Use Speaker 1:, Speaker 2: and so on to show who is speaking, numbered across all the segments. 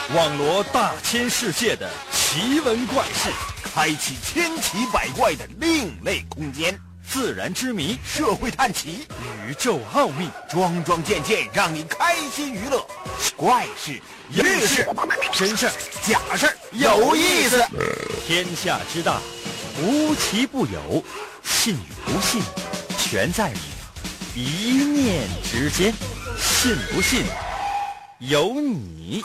Speaker 1: 网罗大千世界的奇闻怪事，
Speaker 2: 开启千奇百怪的另类空间，
Speaker 1: 自然之谜，
Speaker 2: 社会探奇，
Speaker 1: 宇宙奥秘，
Speaker 2: 桩桩件件让你开心娱乐。怪事、
Speaker 1: 异事、真事儿、
Speaker 2: 假事儿，有意思。
Speaker 1: 天下之大，无奇不有，信与不信，全在你一念之间。信不信，由你。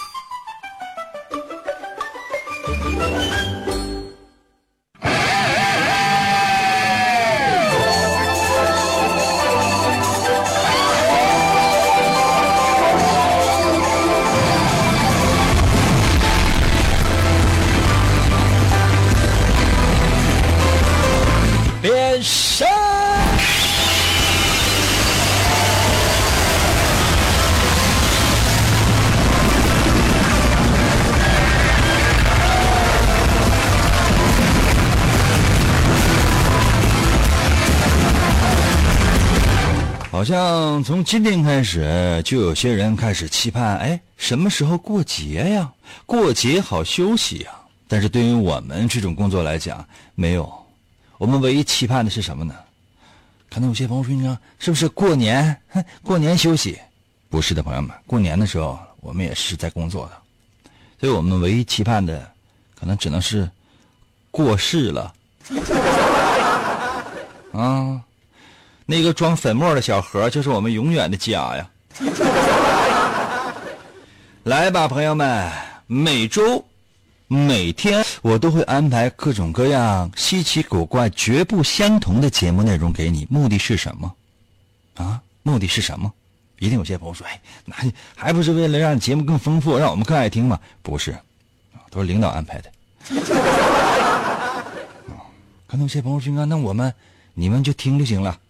Speaker 1: 变身。好像从今天开始，就有些人开始期盼，什么时候过节呀？过节好休息呀。但是对于我们这种工作来讲，没有。我们唯一期盼的是什么呢？可能有些朋友说，你是不是过年？过年休息？不是的，朋友们，过年的时候我们也是在工作的，所以我们唯一期盼的，可能只能是过世了。啊。那个装粉末的小盒就是我们永远的家呀。来吧，朋友们，每周每天我都会安排各种各样稀奇古怪绝不相同的节目内容给你。目的是什么啊？目的是什么？一定有些朋友说，那还不是为了让节目更丰富，让我们更爱听吗？不是，都是领导安排的。可能有些朋友说，那你们就听就行了。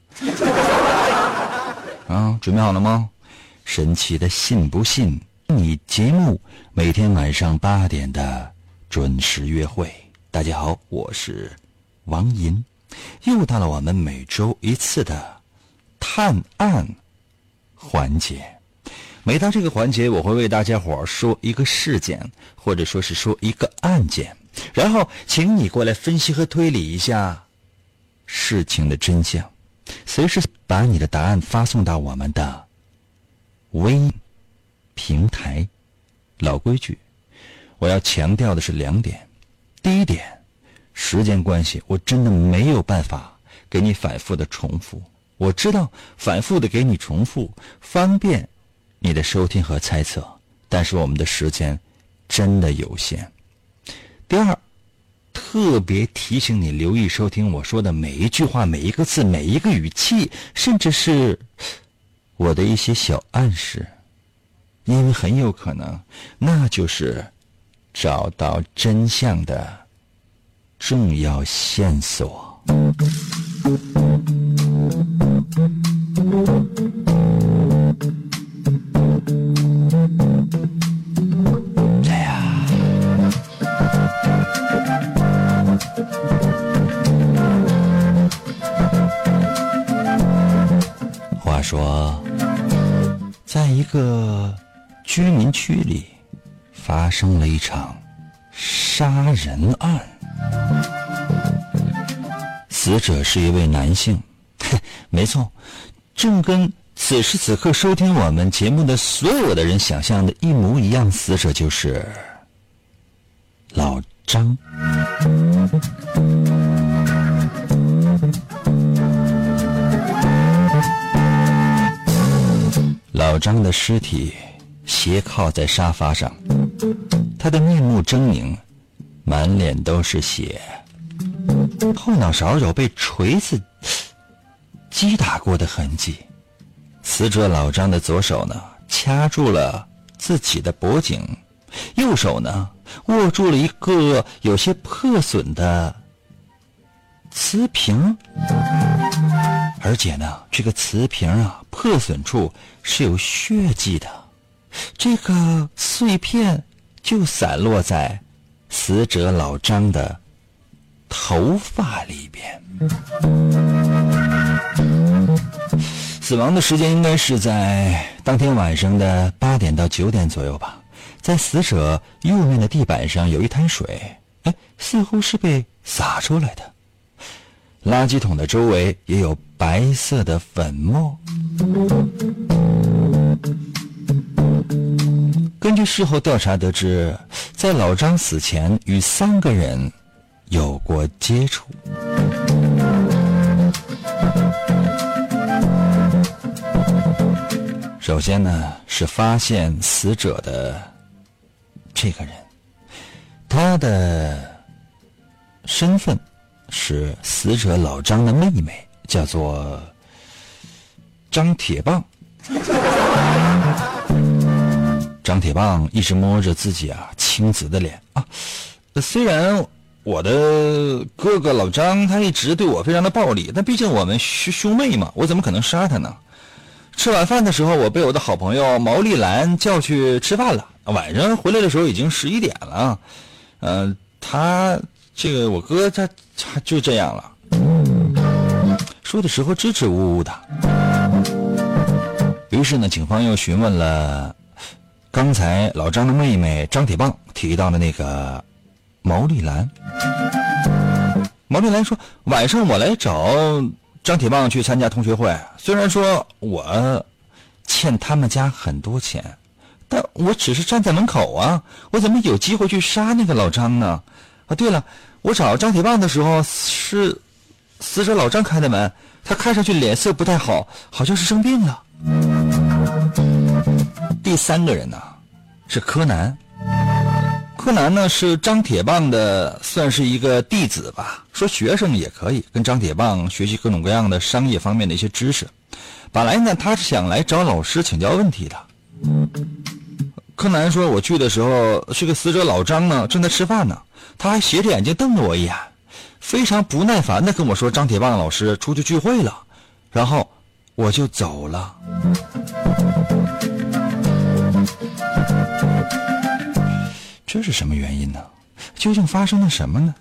Speaker 1: 准备好了吗？神奇的信不信你节目每天晚上8点的准时约会。大家好，我是王银，又到了我们每周一次的探案环节。每到这个环节，我会为大家伙说一个事件，或者说是说一个案件，然后请你过来分析和推理一下事情的真相。随时把你的答案发送到我们的微平台。老规矩，我要强调的是2点。第一点，时间关系，我真的没有办法给你反复的重复。我知道反复的给你重复方便你的收听和猜测，但是我们的时间真的有限。第二，特别提醒你留意收听我说的每一句话，每一个字，每一个语气，甚至是我的一些小暗示，因为很有可能那就是找到真相的重要线索。话说，在一个居民区里发生了一场杀人案，死者是一位男性。没错，正跟此时此刻收听我们节目的所有的人想象的一模一样，死者就是老张。老张的尸体斜靠在沙发上，他的面目狰狞，满脸都是血，后脑勺有被锤子击打过的痕迹。死者老张的左手呢，掐住了自己的脖颈，右手呢，握住了一个有些破损的瓷瓶，而且呢，这个瓷瓶破损处是有血迹的，这个碎片就散落在死者老张的头发里边。死亡的时间应该是在当天晚上的8点到9点左右吧。 在死者右面的地板上有一滩水，似乎是被洒出来的。垃圾桶的周围也有白色的粉末。根据事后调查得知，在老张死前与3个人有过接触。首先呢，是发现死者的这个人，他的身份是死者老张的妹妹，叫做张铁棒。张铁棒一直摸着自己青紫的脸虽然我的哥哥老张他一直对我非常的暴力，但毕竟我们是兄妹嘛，我怎么可能杀他呢？吃晚饭的时候，我被我的好朋友毛丽兰叫去吃饭了。晚上回来的时候已经11点了。我哥他就这样了。说的时候支支吾吾的。于是呢，警方又询问了刚才老张的妹妹张铁棒提到的那个毛丽兰。毛丽兰说，晚上我来找张铁棒去参加同学会，虽然说我欠他们家很多钱，但我只是站在门口我怎么有机会去杀那个老张呢？对了，我找张铁棒的时候是死者老张开的门，他看上去脸色不太好，好像是生病了。第3个人呢是柯南。柯南呢是张铁棒的算是一个弟子吧，说学生也可以跟张铁棒学习各种各样的商业方面的一些知识。本来呢他是想来找老师请教问题的。柯南说，我去的时候这个死者老张呢正在吃饭呢，他还斜着眼睛瞪了我一眼，非常不耐烦的跟我说张铁棒老师出去聚会了，然后我就走了。这是什么原因呢？究竟发生了什么呢？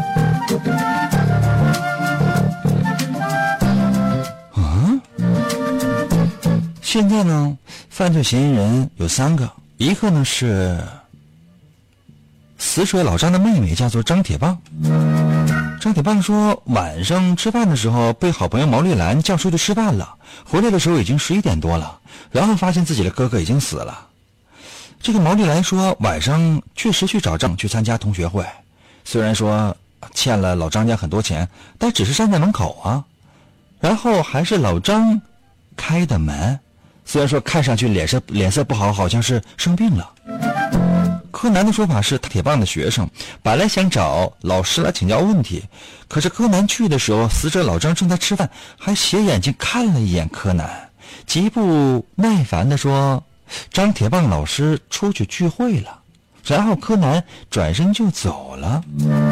Speaker 1: 现在呢，犯罪嫌疑人有3个，一个呢是死者老张的妹妹，叫做张铁棒。张铁棒说，晚上吃饭的时候被好朋友毛丽兰叫出去吃饭了，回来的时候已经11点多了，然后发现自己的哥哥已经死了。这个毛丽兰说，晚上确实去找张去参加同学会，虽然说欠了老张家很多钱，但只是站在门口然后还是老张开的门，虽然说看上去脸色不好，好像是生病了。柯南的说法是，铁棒的学生本来想找老师来请教问题，可是柯南去的时候，死者老张正在吃饭，还斜眼睛看了一眼柯南，极不耐烦地说，张铁棒老师出去聚会了，然后柯南转身就走了。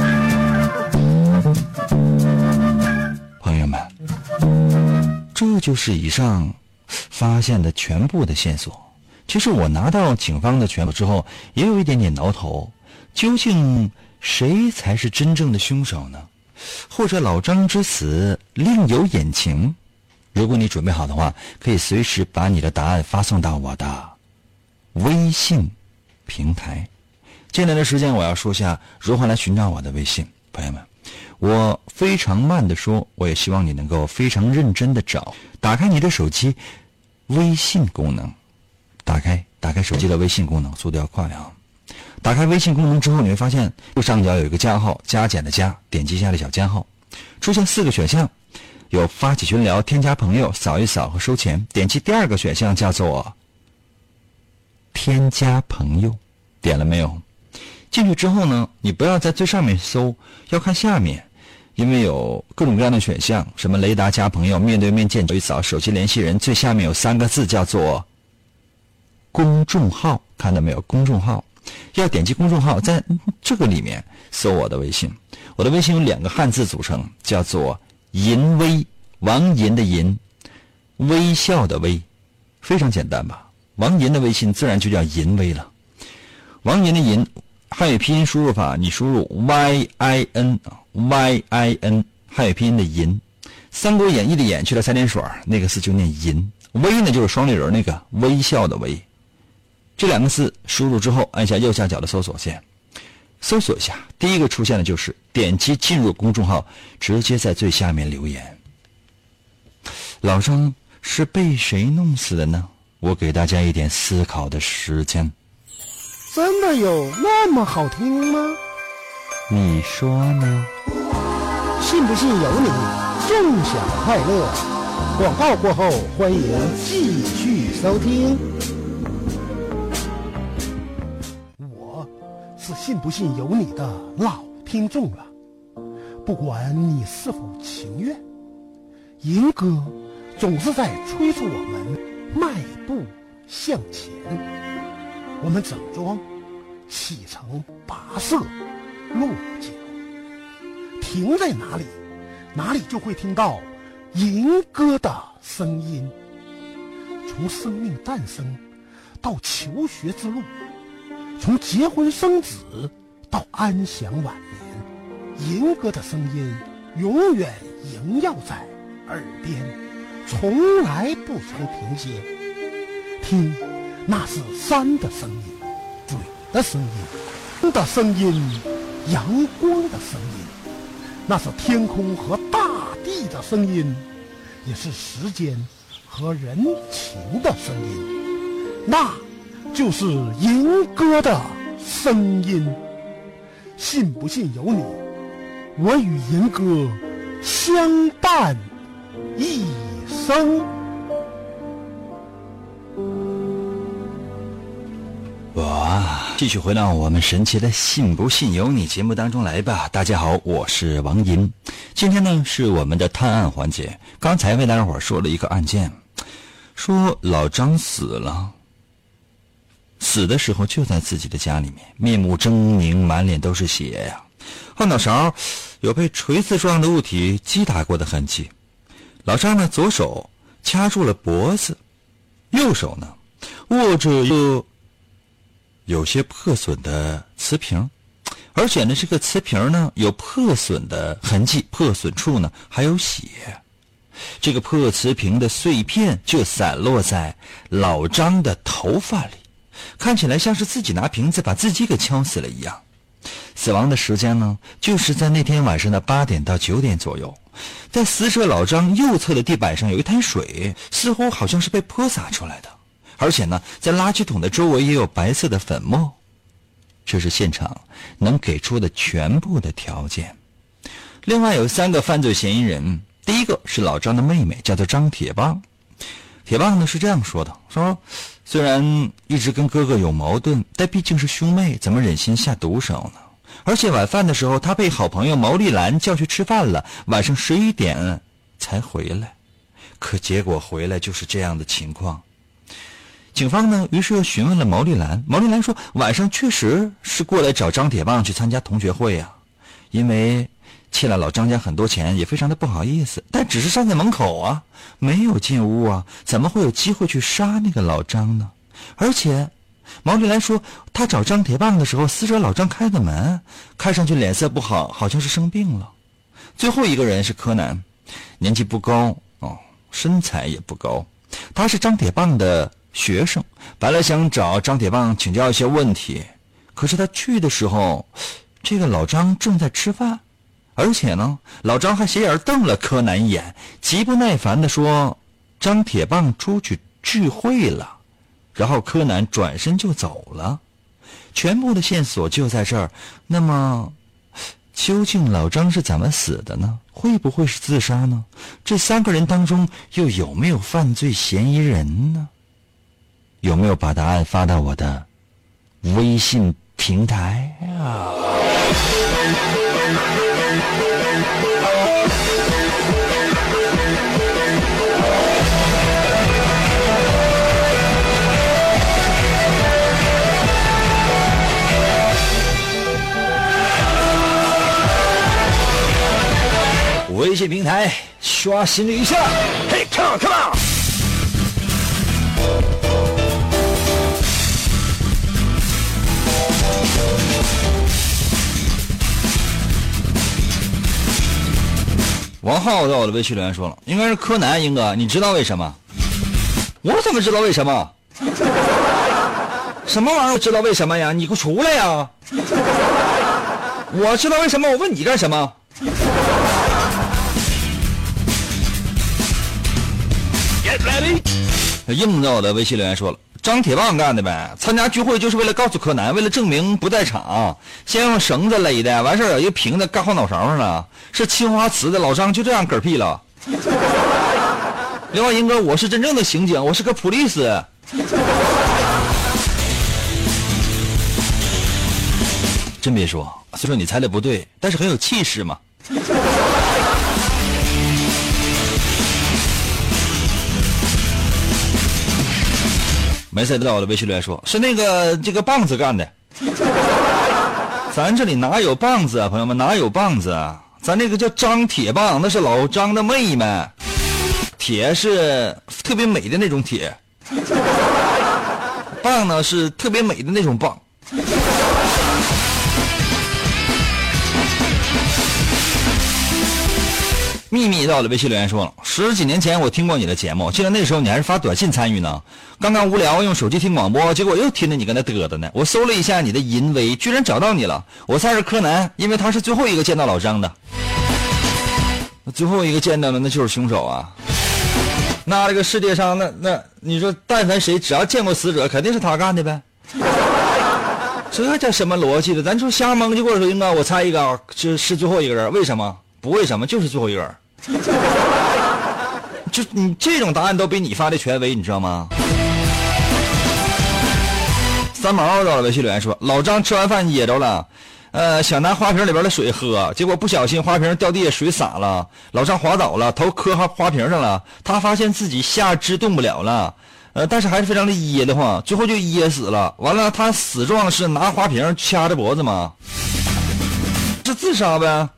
Speaker 1: 朋友们，这就是以上发现的全部的线索。其实我拿到警方的全部之后，也有一点点挠头，究竟谁才是真正的凶手呢？或者老张之死另有隐情？如果你准备好的话，可以随时把你的答案发送到我的微信平台。接下来的时间我要说下如何来寻找我的微信。朋友们，我非常慢的说，我也希望你能够非常认真的找。打开你的手机微信功能，打开手机的微信功能，速度要快打开微信功能之后，你会发现右上角有一个加号，加减的加，点击一下的小加号，出现4个选项，有发起群聊、添加朋友、扫一扫和收钱。点击第2个选项叫做添加朋友，点了没有？进去之后呢，你不要在最上面搜，要看下面，因为有各种各样的选项，什么雷达加朋友、面对面见一扫、手机联系人，最下面有3个字叫做公众号，看到没有？公众号，要点击公众号，在这个里面搜我的微信。我的微信有2个汉字组成，叫做银微，王银的银，微笑的微，非常简单吧？王银的微信自然就叫银微了。王银的银汉语拼音输入法，你输入 YIN， 汉语拼音的银，三国演义的演去了3点水，那个字就念银。微呢就是双立人那个微笑的微， 这2个字输入之后，按下右下角的搜索键，搜索一下，第一个出现的就是点击进入公众号，直接在最下面留言。老张是被谁弄死的呢？我给大家一点思考的时间。
Speaker 3: 真的有那么好听吗？
Speaker 1: 你说呢？
Speaker 3: 信不信由你，纵享快乐。广告过后，欢迎继续收听。我是信不信由你的老听众了，不管你是否情愿，银哥总是在催促我们迈步向前。我们整装启程跋涉落脚，停在哪里，哪里就会听到银哥的声音。从生命诞生到求学之路，从结婚生子到安享晚年，银哥的声音永远萦绕在耳边，从来不曾停歇。听，那是山的声音，水的声音，风的声音，阳光的声音，那是天空和大地的声音，也是时间和人情的声音，那就是银哥的声音。信不信由你，我与银哥相伴一生。
Speaker 1: 哇，继续回到我们神奇的信不信由你节目当中来吧。大家好，我是王银。今天呢是我们的探案环节。刚才为大家伙说了一个案件，说老张死了，死的时候就在自己的家里面，面目狰狞，满脸都是血呀，后脑勺有被锤子状的物体击打过的痕迹。老张呢左手掐住了脖子，右手呢握着一个有些破损的瓷瓶，而且呢这个瓷瓶呢有破损的痕迹，破损处呢还有血。这个破瓷瓶的碎片就散落在老张的头发里，看起来像是自己拿瓶子把自己给敲死了一样。死亡的时间呢就是在那天晚上的8点到9点左右。在死者老张右侧的地板上有一滩水，似乎好像是被泼洒出来的，而且呢在垃圾桶的周围也有白色的粉末。这是现场能给出的全部的条件。另外有3个犯罪嫌疑人，第一个是老张的妹妹，叫做张铁棒。铁棒呢是这样说的，说虽然一直跟哥哥有矛盾，但毕竟是兄妹，怎么忍心下毒手呢？而且晚饭的时候他被好朋友毛丽兰叫去吃饭了，晚上11点才回来，可结果回来就是这样的情况。警方呢于是又询问了毛丽兰，毛丽兰说晚上确实是过来找张铁棒去参加同学会啊，因为欠了老张家很多钱，也非常的不好意思，但只是站在门口啊，没有进屋啊，怎么会有机会去杀那个老张呢？而且毛丽兰说他找张铁棒的时候，死者老张开的门，看上去脸色不好，好像是生病了。最后一个人是柯南，年纪不高身材也不高，他是张铁棒的学生，本来想找张铁棒请教一些问题，可是他去的时候，这个老张正在吃饭，而且呢老张还斜眼瞪了柯南一眼，极不耐烦地说张铁棒出去聚会了，然后柯南转身就走了。全部的线索就在这儿。那么究竟老张是怎么死的呢？会不会是自杀呢？这3个人当中又有没有犯罪嫌疑人呢？有没有把答案发到我的微信平台啊？微信平台刷新一下，嘿 ，come on！ 王浩在我的微信留言说了，应该是柯南，英哥，你知道为什么？我怎么知道为什么？ 什么玩意儿？我知道为什么呀？你给我出来呀！我知道为什么，我问你干什么？硬着我的微信留言说了，张铁棒干的呗，参加聚会就是为了告诉柯南，为了证明不在场，先用绳子勒的，完事儿有一个瓶子盖后脑勺上了，是青花瓷的，老张就这样嗝屁了。另外英哥，我是真正的刑警，我是个普利斯。真别说，虽说你猜的不对，但是很有气势嘛。没猜到我的微信留言说是这个棒子干的。咱这里哪有棒子啊，朋友们，哪有棒子啊？咱这个叫张铁棒，那是老张的妹妹，铁是特别美的那种铁，棒呢是特别美的那种棒。秘密到了微信留言说了，10几年前我听过你的节目，记得那时候你还是发短信参与呢。刚刚无聊用手机听广播，结果又听着你跟他嘚的呢。我搜了一下你的淫威，居然找到你了。我猜是柯南，因为他是最后一个见到老张的。最后一个见到的那就是凶手啊。那这个世界上那你说但凡谁只要见过死者，肯定是他干的呗。这叫什么逻辑的？咱说瞎蒙就或者说应该我猜一个是最后一个人，为什么？不为什么，就是最后一个人。就你这种答案都比你发的权威，你知道吗？三毛到了微信留言说，老张吃完饭噎着了，想拿花瓶里边的水喝，结果不小心花瓶掉地下，水洒了，老张滑倒了，头磕花瓶上了，他发现自己下肢动不了了，但是还是非常的噎得慌，最后就噎死了。完了，他死状是拿花瓶掐着脖子吗？是自杀呗？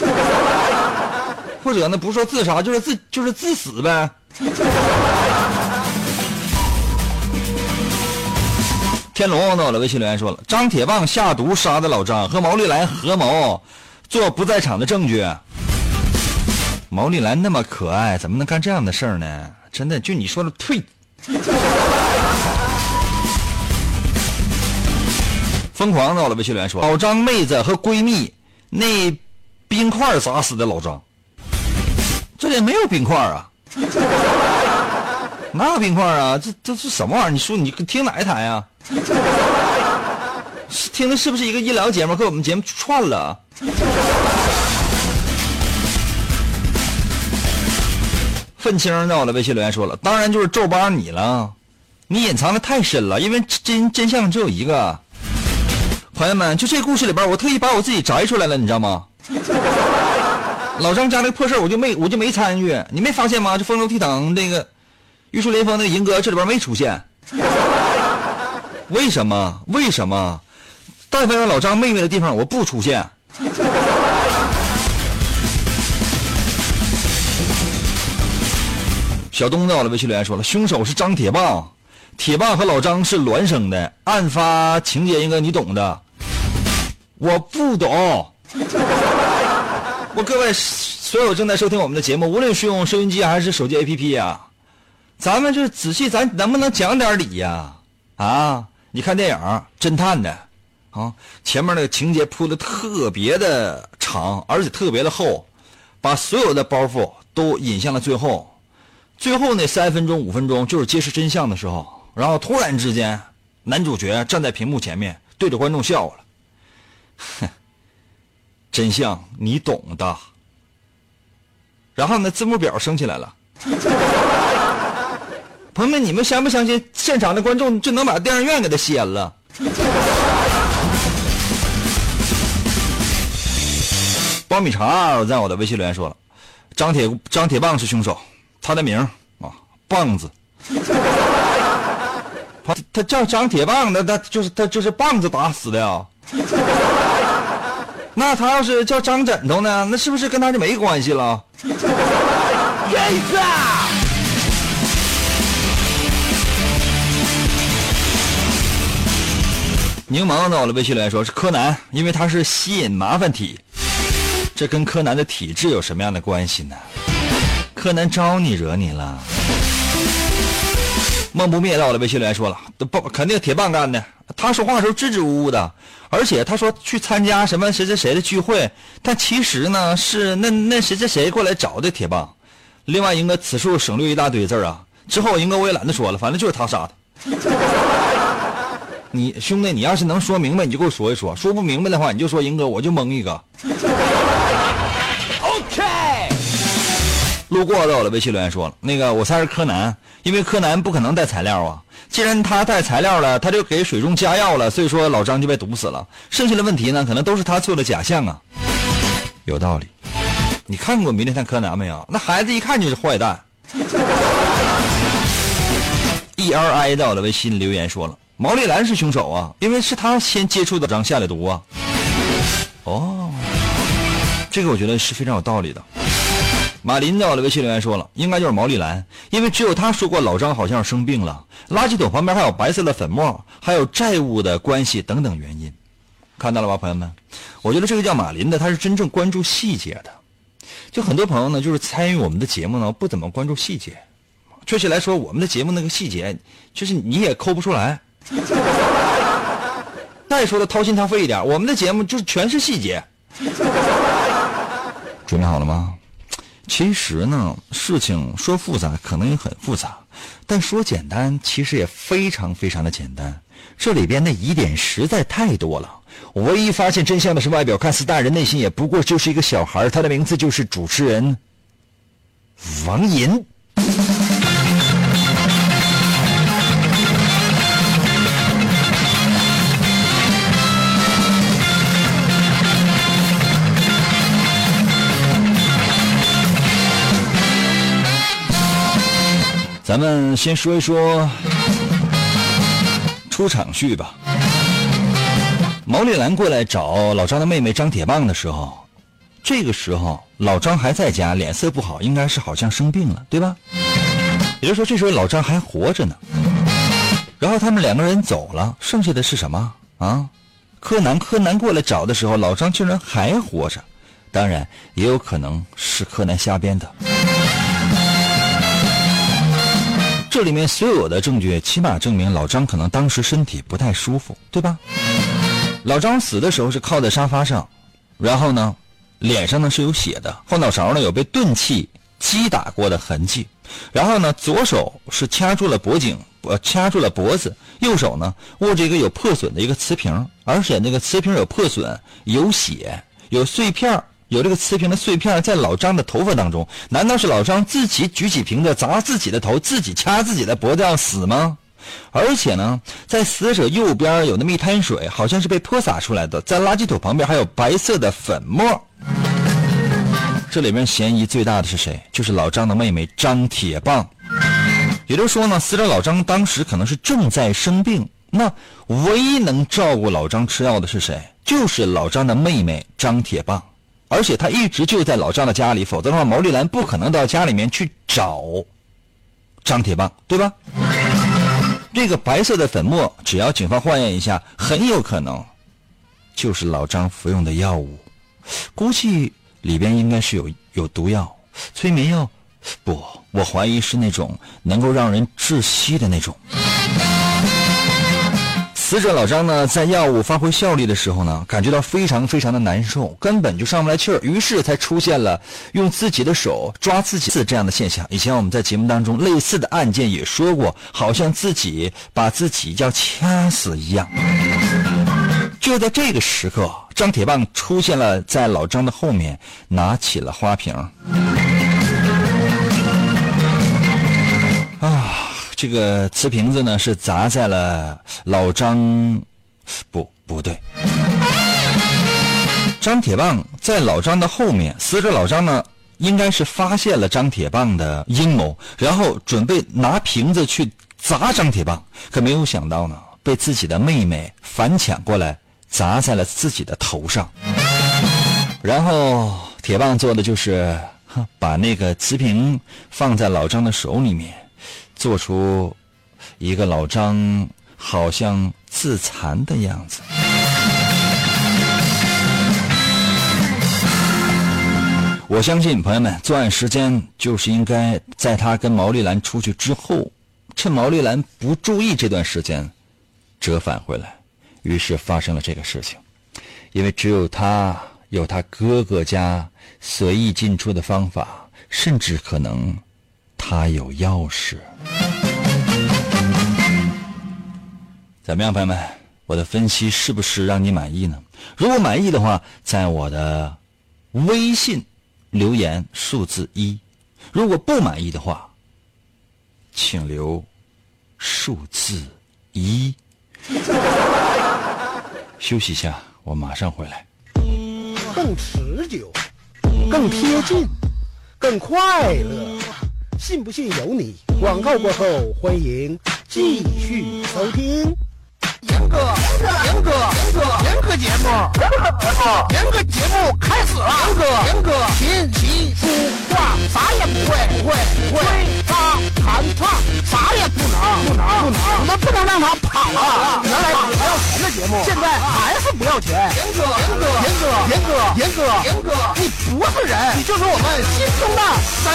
Speaker 1: 或者呢，不是说自杀，就是自死呗。天龙到了微信留言说了，张铁棒下毒杀的老张，和毛利兰合谋做不在场的证据。毛利兰那么可爱，怎么能干这样的事儿呢？真的，就你说的呸！疯狂到了微信留言说，老张妹子和闺蜜那冰块砸死的老张。这里没有冰块啊，哪有冰块啊？这是什么玩意儿？你说你听哪一台啊？听的是不是一个医疗节目？和我们节目串了。愤青到了微信留言说了，当然就是皱巴你了，你隐藏的太深了，因为真相只有一个。朋友们，就这故事里边，我特意把我自己摘出来了，你知道吗？老张家那个破事我就没参与，你没发现吗？这风流倜傥那个玉树临风那个银哥这里边没出现，为什么？但凡有老张妹妹的地方我不出现。小东到了微信留言说了，凶手是张铁棒，铁棒和老张是孪生的，案发情节应该你懂的。我不懂。我各位所有正在收听我们的节目，无论是用收音机还是手机 APP 啊，咱们这仔细，咱能不能讲点理呀？啊，你看电影侦探的啊，前面那个情节铺的特别的长，而且特别的厚，把所有的包袱都引向了最后那3分钟5分钟就是揭示真相的时候，然后突然之间男主角站在屏幕前面对着观众笑了，哼。真相你懂的。然后呢，字幕表升起来了。朋友们，你们相不相信现场的观众就能把电影院给他掀了？苞米碴在我的微信留言说了，张铁棒是凶手，他的名啊棒子。他叫张铁棒的，他就是棒子打死的呀。那他要是叫张枕头呢？那是不是跟他就没关系了？柠檬到了微信来说是柯南，因为他是吸引麻烦体。这跟柯南的体质有什么样的关系呢？柯南招你惹你了？梦不灭到了微信来说了，肯定铁棒干的， 他说话的时候支支吾吾的，而且他说去参加什么谁谁谁的聚会，但其实呢是那谁谁谁过来找的铁棒。另外英哥此处省略一大堆字啊，之后英哥我也懒得说了，反正就是他杀的。你兄弟，你要是能说明白你就给我说一说，说不明白的话你就说英哥我就蒙一个。
Speaker 2: OK。
Speaker 1: 路过到了微信留言说了，那个我猜是柯南，因为柯南不可能带材料啊，既然他带材料了，他就给水中加药了，所以说老张就被毒死了。剩下的问题呢，可能都是他做的假象啊。有道理。你看过《名侦探柯南》没有？那孩子一看就是坏蛋。ERI 到了微信留言说了，毛利兰是凶手啊，因为是他先接触的张下的毒啊。哦，这个我觉得是非常有道理的。马林到了微信留言说了，应该就是毛利兰，因为只有他说过老张好像生病了，垃圾桶旁边还有白色的粉末，还有债务的关系等等原因。看到了吧朋友们，我觉得这个叫马林的他是真正关注细节的。就很多朋友呢就是参与我们的节目呢不怎么关注细节，确切来说我们的节目那个细节就是你也抠不出来。再说的掏心掏肺一点，我们的节目就是全是细节。准备好了吗？其实呢事情说复杂可能也很复杂，但说简单其实也非常非常的简单，这里边的疑点实在太多了。唯一发现真相的是外表看似大人，内心也不过就是一个小孩，他的名字就是主持人王银。咱们先说一说出场序吧。毛利兰过来找老张的妹妹张铁棒的时候，这个时候老张还在家，脸色不好，应该是好像生病了，对吧？也就是说这时候老张还活着呢。然后他们两个人走了，剩下的是什么啊？柯南过来找的时候，老张竟然还活着，当然也有可能是柯南瞎编的。这里面所有的证据起码证明老张可能当时身体不太舒服，对吧？老张死的时候是靠在沙发上，然后呢脸上呢是有血的，后脑勺呢有被钝器击打过的痕迹，然后呢左手是掐住了脖子，右手呢握着一个有破损的一个瓷瓶，而且那个瓷瓶有破损，有血，有碎片，有这个瓷瓶的碎片在老张的头发当中。难道是老张自己举起瓶子砸自己的头，自己掐自己的脖子要死吗？而且呢在死者右边有那么一滩水，好像是被泼洒出来的，在垃圾桶旁边还有白色的粉末。这里面嫌疑最大的是谁？就是老张的妹妹张铁棒。也就是说呢，死者老张当时可能是正在生病，那唯一能照顾老张吃药的是谁？就是老张的妹妹张铁棒。而且他一直就在老张的家里，否则的话毛利兰不可能到家里面去找张铁棒，对吧？这个白色的粉末只要警方化验一下，很有可能就是老张服用的药物，估计里边应该是有毒药，催眠药，不，我怀疑是那种能够让人窒息的那种。死者老张呢在药物发挥效力的时候呢，感觉到非常非常的难受，根本就上不来气儿，于是才出现了用自己的手抓自己这样的现象。以前我们在节目当中类似的案件也说过，好像自己把自己要掐死一样。就在这个时刻，张铁棒出现了在老张的后面，拿起了花瓶。这个瓷瓶子呢是砸在了老张，不对，张铁棒在老张的后面，死者老张呢应该是发现了张铁棒的阴谋，然后准备拿瓶子去砸张铁棒，可没有想到呢被自己的妹妹反抢过来砸在了自己的头上。然后铁棒做的就是把那个瓷瓶放在老张的手里面，做出一个老张好像自残的样子。我相信朋友们，作案时间就是应该在他跟毛利兰出去之后，趁毛利兰不注意这段时间折返回来。 于是发生了这个事情，因为只有他有他哥哥家随意进出的方法，甚至可能他有钥匙。怎么样，朋友们，我的分析是不是让你满意呢？如果满意的话，在我的微信留言数字1，如果不满意的话，请留数字1。休息一下，我马上回来。
Speaker 3: 更持久，更贴近，更快乐。信不信由你。广告过后，欢迎继续收听。
Speaker 2: 严哥节目开始了。严哥琴棋书画啥也不会，吹拉弹唱啥也不能，我们不能让他跑了。原来不要钱的节目，现在还是不要钱。严哥，你不是人，你就是我们心中的神。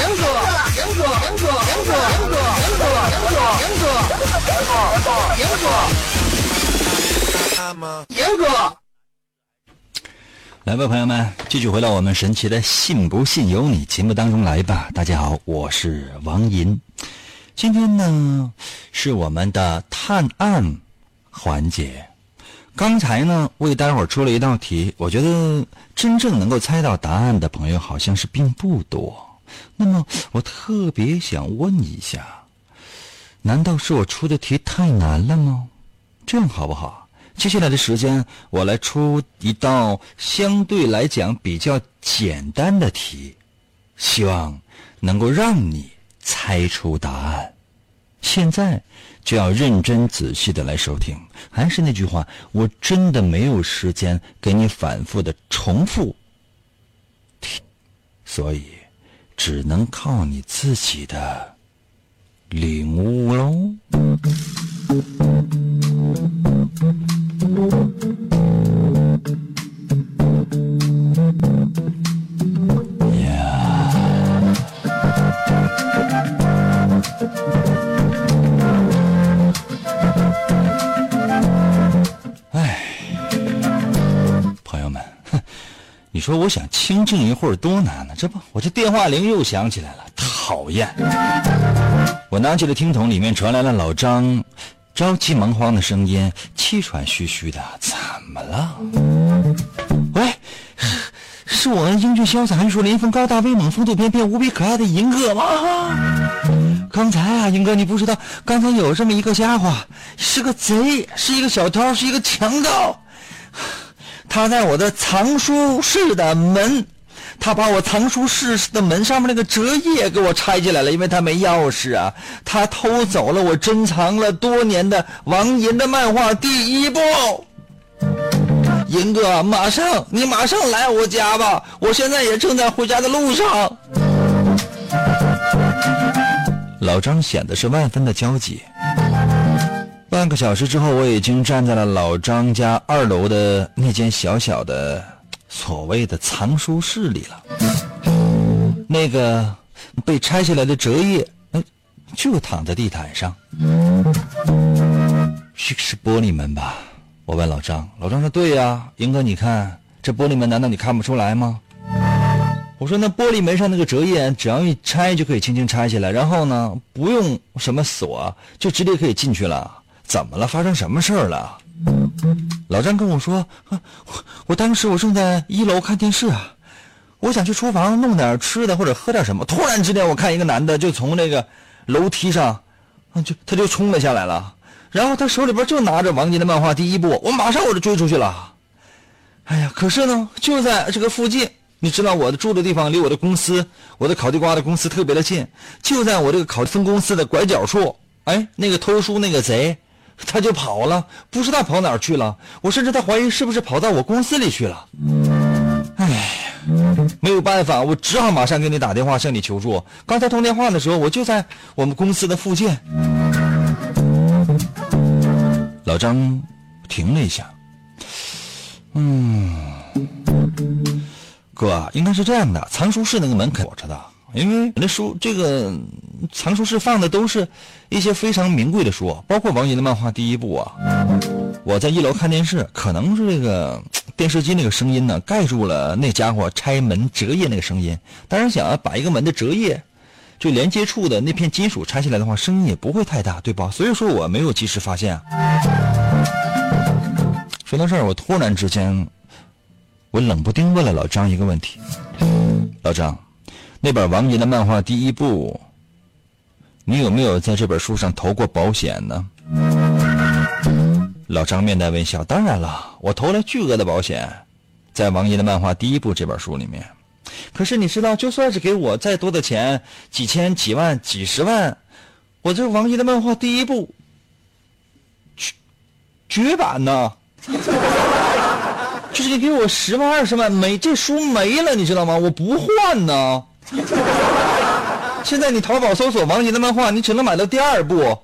Speaker 2: 严哥，
Speaker 1: 来吧，朋友们，继续回到我们神奇的信不信由你节目当中来吧。大家好，我是王银。今天呢是我们的探案环节。刚才呢为大伙儿出了一道题，我觉得真正能够猜到答案的朋友好像是并不多。那么我特别想问一下，难道是我出的题太难了吗？这样好不好？接下来的时间我来出一道相对来讲比较简单的题，希望能够让你猜出答案。现在就要认真仔细的来收听。还是那句话，我真的没有时间给你反复的重复题，所以只能靠你自己的领悟喽。朋友们，你说我想清静一会儿多难呢？这不，我这电话铃又响起来了，讨厌！我拿起了听筒，里面传来了老张着急忙慌的声音，气喘吁吁的。怎么了？喂，是我英俊潇洒、玉树临风、高大威猛、风度翩翩、无比可爱的银哥吗？刚才啊，银哥，你不知道，刚才有这么一个家伙，是个贼，是一个小偷，是一个强盗。他在我的藏书室的门，他把我藏书室的门上面那个折页给我拆下来了，因为他没钥匙啊。他偷走了我珍藏了多年的王银的漫画第一部。银哥，你马上来我家吧，我现在也正在回家的路上。老张显得是万分的焦急。半个小时之后，我已经站在了老张家2楼的那间小小的所谓的藏书室里了。那个被拆下来的折页就躺在地毯上。是玻璃门吧？我问老张。老张说对呀。英哥，你看这玻璃门难道你看不出来吗？我说那玻璃门上那个折页只要一拆就可以轻轻拆下来，然后呢不用什么锁就直接可以进去了。怎么了？发生什么事儿了？老张跟我说，我当时我正在1楼看电视啊，我想去厨房弄点吃的或者喝点什么，突然之间我看一个男的就从那个楼梯上他就冲了下来了，然后他手里边就拿着王金的漫画第一部，我马上我就追出去了。哎呀，可是呢就在这个附近，你知道我的住的地方离我的公司，我的烤地瓜的公司特别的近，就在我这个烤分公司的拐角处，那个偷书那个贼他就跑了，不知道跑哪儿去了，我甚至他怀疑是不是跑到我公司里去了。没有办法，我只好马上给你打电话向你求助。刚才通电话的时候我就在我们公司的附近。老张停了一下，哥，应该是这样的，藏书室那个门我知道，因为那书这个藏书室放的都是一些非常名贵的书，包括王银的漫画第一部啊。 我在1楼看电视，可能是这个电视机那个声音呢盖住了那家伙拆门折页那个声音。当然想要把一个门的折页就连接处的那片金属拆下来的话，声音也不会太大，对吧？所以说我没有及时发现啊。说到这儿，我突然之间我冷不丁问了老张一个问题：老张，那本王爷的漫画第一部你有没有在这本书上投过保险呢？老张面带微笑，当然了，我投了巨额的保险在王爷的漫画第一部这本书里面。可是你知道，就算是给我再多的钱，几千几万几十万，我这王爷的漫画第一部绝版呢。就是你给我10万20万，这书没了，你知道吗？我不换呢。现在你淘宝搜索王爷的漫画，你只能买到第2部。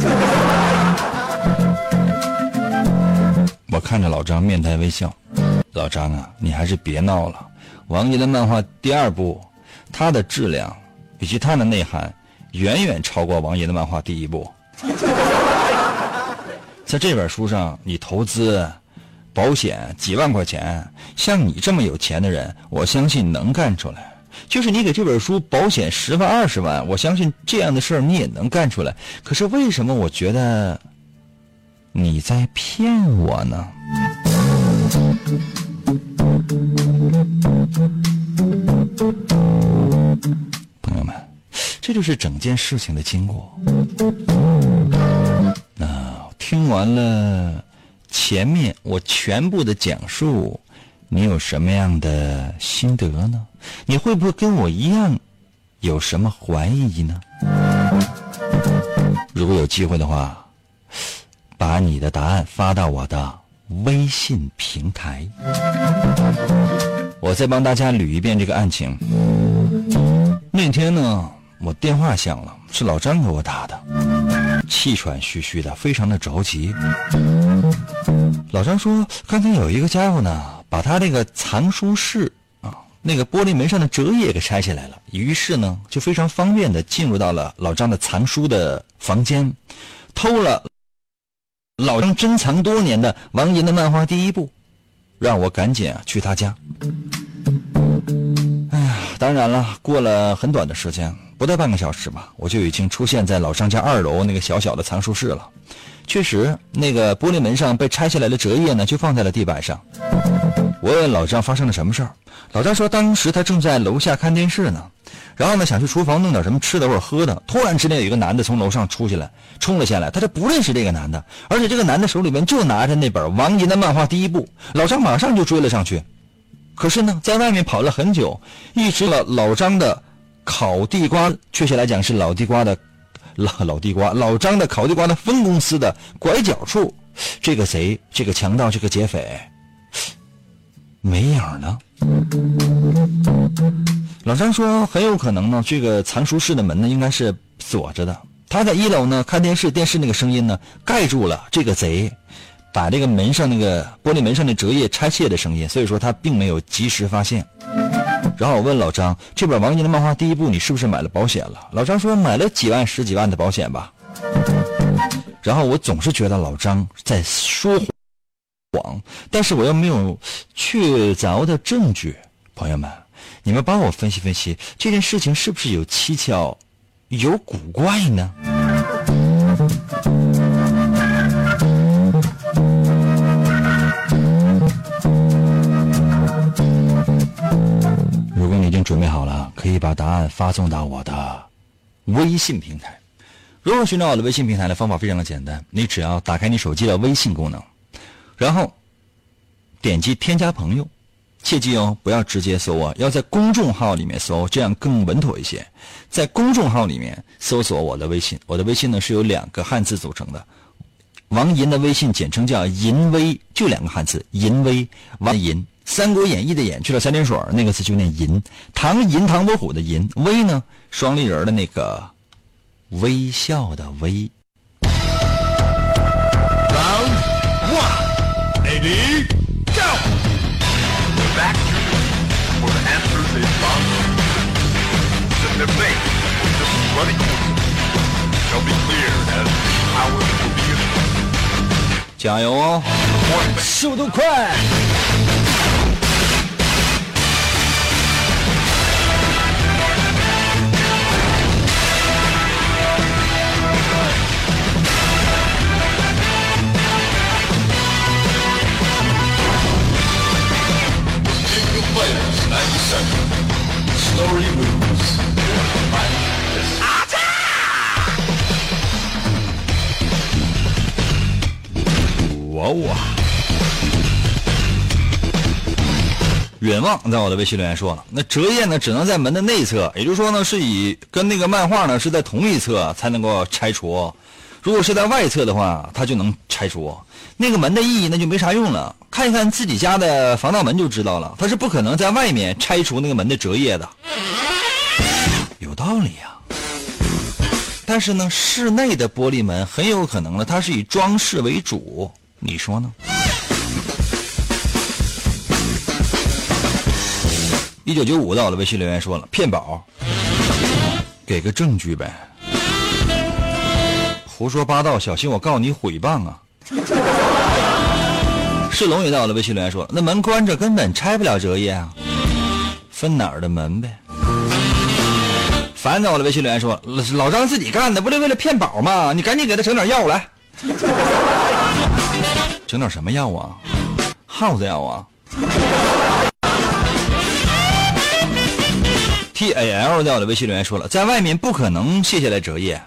Speaker 1: 我看着老张面带微笑，老张啊，你还是别闹了。王爷的漫画第2部，它的质量以及它的内涵远远超过王爷的漫画第1部。在这本书上，你投资保险几万块钱，像你这么有钱的人，我相信能干出来。就是你给这本书保险10万20万，我相信这样的事儿你也能干出来。可是为什么我觉得你在骗我呢？朋友们，这就是整件事情的经过。听完了前面我全部的讲述，你有什么样的心得呢？你会不会跟我一样有什么怀疑呢？如果有机会的话，把你的答案发到我的微信平台，我再帮大家捋一遍这个案情。那天呢，我电话响了，是老张给我打的，气喘吁吁的，非常的着急。老张说，刚才有一个家伙呢，把他这个藏书室啊，那个玻璃门上的折页给拆下来了，于是呢，就非常方便的进入到了老张的藏书的房间，偷了老张珍藏多年的王银的漫画第1部，让我赶紧去他家。哎呀，当然了，过了很短的时间，不到半个小时吧，我就已经出现在老张家2楼那个小小的藏书室了。确实，那个玻璃门上被拆下来的折页呢，就放在了地板上。我问老张发生了什么事儿，老张说当时他正在楼下看电视呢，然后呢想去厨房弄点什么吃的或者喝的，突然之间有一个男的从楼上冲了下来，他就不认识这个男的，而且这个男的手里面就拿着那本王银的漫画第1部，老张马上就追了上去。可是呢，在外面跑了很久，一直到老张的烤地瓜，确切来讲是老张的烤地瓜的分公司的拐角处，这个贼，这个强盗，这个劫匪没影呢。老张说很有可能呢，这个藏书室的门呢应该是锁着的，他在1楼呢看电视，电视那个声音呢盖住了这个贼把这个门上那个玻璃门上的折页拆卸的声音，所以说他并没有及时发现。然后我问老张，这本王银的漫画第1部你是不是买了保险了？老张说买了几万10几万的保险吧。然后我总是觉得老张在说谎，但是我又没有确凿的证据。朋友们，你们帮我分析分析，这件事情是不是有蹊跷有古怪呢？如果你已经准备好了，可以把答案发送到我的微信平台。如何寻找我的微信平台的方法非常的简单，你只要打开你手机的微信功能，然后点击添加朋友，切记哦，不要直接搜啊，要在公众号里面搜，这样更稳妥一些。在公众号里面搜索我的微信，我的微信呢是由2个汉字组成的，王银的微信简称叫银微，就2个汉字，银微，王银，三国演义的演去了3点水，那个字就念银，唐银唐伯虎的银，微呢双立人的那个微笑的微。
Speaker 2: Round 1 Ready Go Back for the answers is wrong. The debate is just running. Shall be clear as power will be used.
Speaker 1: 讲加油哦，速度快。哇！远望在我的微信留言说了，那折页呢只能在门的内侧，也就是说呢是以跟那个漫画呢是在同一侧才能够拆除，如果是在外侧的话它就能拆除，那个门的意义那就没啥用了，看一看自己家的防盗门就知道了，它是不可能在外面拆除那个门的折页的。有道理啊，但是呢室内的玻璃门很有可能呢它是以装饰为主，你说呢？1995到了微信留言说了，骗保给个证据呗，胡说八道小心我告你诽谤啊。是龙也到了微信留言说了，那门关着根本拆不了折页啊，分哪儿的门呗。烦到了微信留言说，老张自己干的，不就为了骗保吗？你赶紧给他整点药来。整点什么药啊？耗子药啊？TAL 在我的微信留言说了，在外面不可能卸下来折页。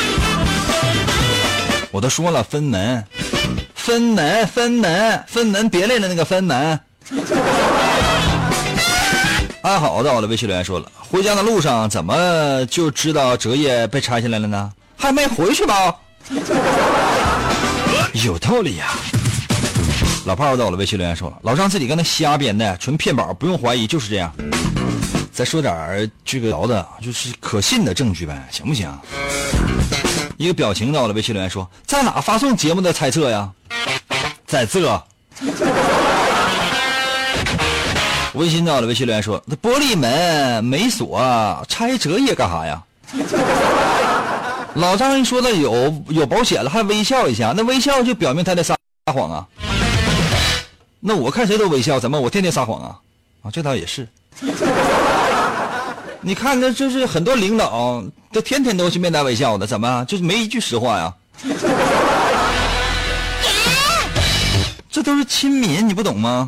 Speaker 1: 我都说了分门，别累了那个分门。安好在我的微信留言说了，回家的路上怎么就知道折页被拆下来了呢？还没回去吧？有道理呀。老炮在我的微信留言说了，老张自己跟他瞎编的，纯骗保，不用怀疑，就是这样。再说点这个聊的就是可信的证据呗，行不行？一个表情到了微信留言说，在哪发送节目的猜测呀？在这。微信到了微信留言说，那玻璃门没锁，拆折页干啥呀？老张一说的有保险了，还微笑一下，那微笑就表明他在撒谎啊。那我看谁都微笑，怎么我天天撒谎啊？啊，这倒也是。你看这就是很多领导都天天都是面带微笑的，怎么就是没一句实话呀？这都是亲民，你不懂吗？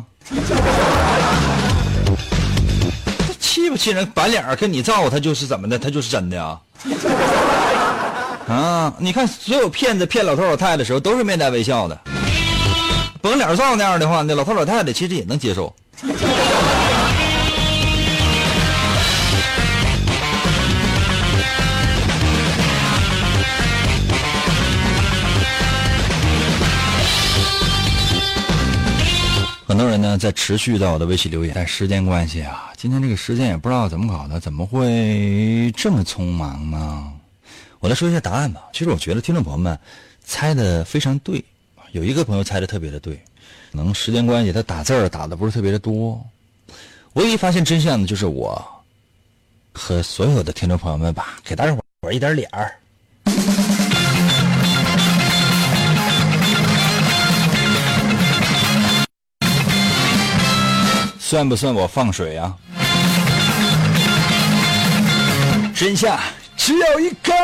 Speaker 1: 这气不气人？板脸跟你照他就是怎么的？他就是真的呀？啊！你看所有骗子骗老头老太太的时候都是面带微笑的，本脸照那样的话，那老头老太太其实也能接受。很多人呢在持续到我的微信留言，但时间关系啊，今天这个时间也不知道怎么搞的，怎么会这么匆忙呢？我来说一下答案吧。其实我觉得听众朋友们猜的非常对，有一个朋友猜的特别的对，可能时间关系他打字儿打的不是特别的多。唯一发现真相的就是我和所有的听众朋友们吧，给大家伙一点脸儿。算不算我放水啊？真相只有一个。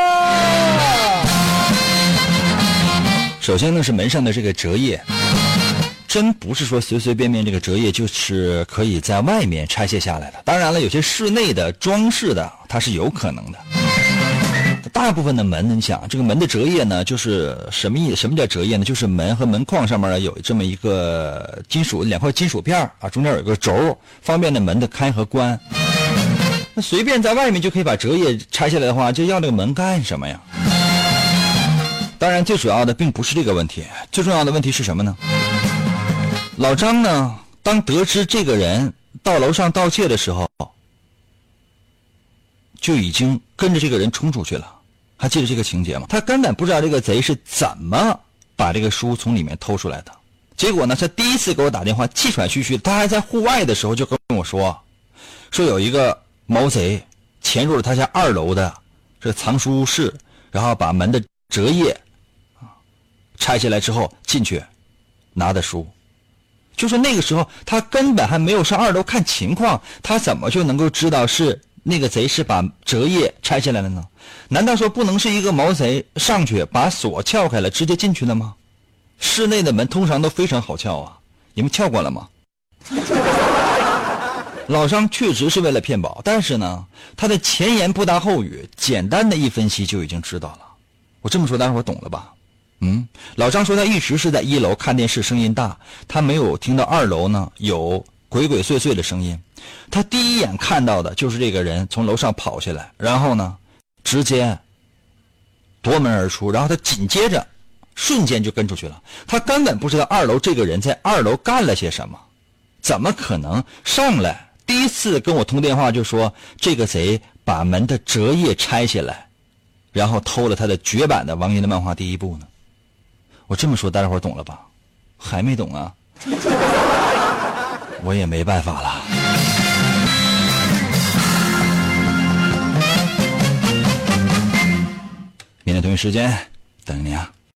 Speaker 1: 首先呢是门上的这个折页，真不是说随随便便这个折页就是可以在外面拆卸下来的。当然了，有些室内的装饰的它是有可能的。大部分的门呢，你想这个门的折页呢，就是什么意思？什么叫折页呢？就是门和门框上面有这么一个两块金属片啊，中间有一个轴，方便的门的开和关。那随便在外面就可以把折页拆下来的话，就要这个门干什么呀？当然，最主要的并不是这个问题，最重要的问题是什么呢？老张呢，当得知这个人到楼上盗窃的时候，就已经跟着这个人冲出去了。还记得这个情节吗？他根本不知道这个贼是怎么把这个书从里面偷出来的。结果呢，他第一次给我打电话，气喘吁吁，他还在户外的时候就跟我说有一个毛贼潜入了他家2楼的这个藏书室，然后把门的折页拆下来之后进去， 拿的书，就是那个时候他根本还没有上2楼看情况，他怎么就能够知道是那个贼是把折页拆下来了呢？难道说不能是一个毛贼上去把锁撬开了直接进去了吗？室内的门通常都非常好撬啊，你们撬过了吗？老张确实是为了骗保，但是呢他的前言不搭后语，简单的一分析就已经知道了。我这么说大伙懂了吧？老张说他一直是在1楼看电视，声音大，他没有听到2楼呢有鬼鬼祟祟的声音。他第一眼看到的就是这个人从楼上跑下来，然后呢直接夺门而出，然后他紧接着瞬间就跟出去了。他根本不知道2楼这个人在2楼干了些什么，怎么可能上来第一次跟我通电话就说这个贼把门的折页拆下来，然后偷了他的绝版的王银的漫画第1部呢？我这么说大家伙懂了吧？还没懂啊？我也没办法了。明天同一时间等你啊。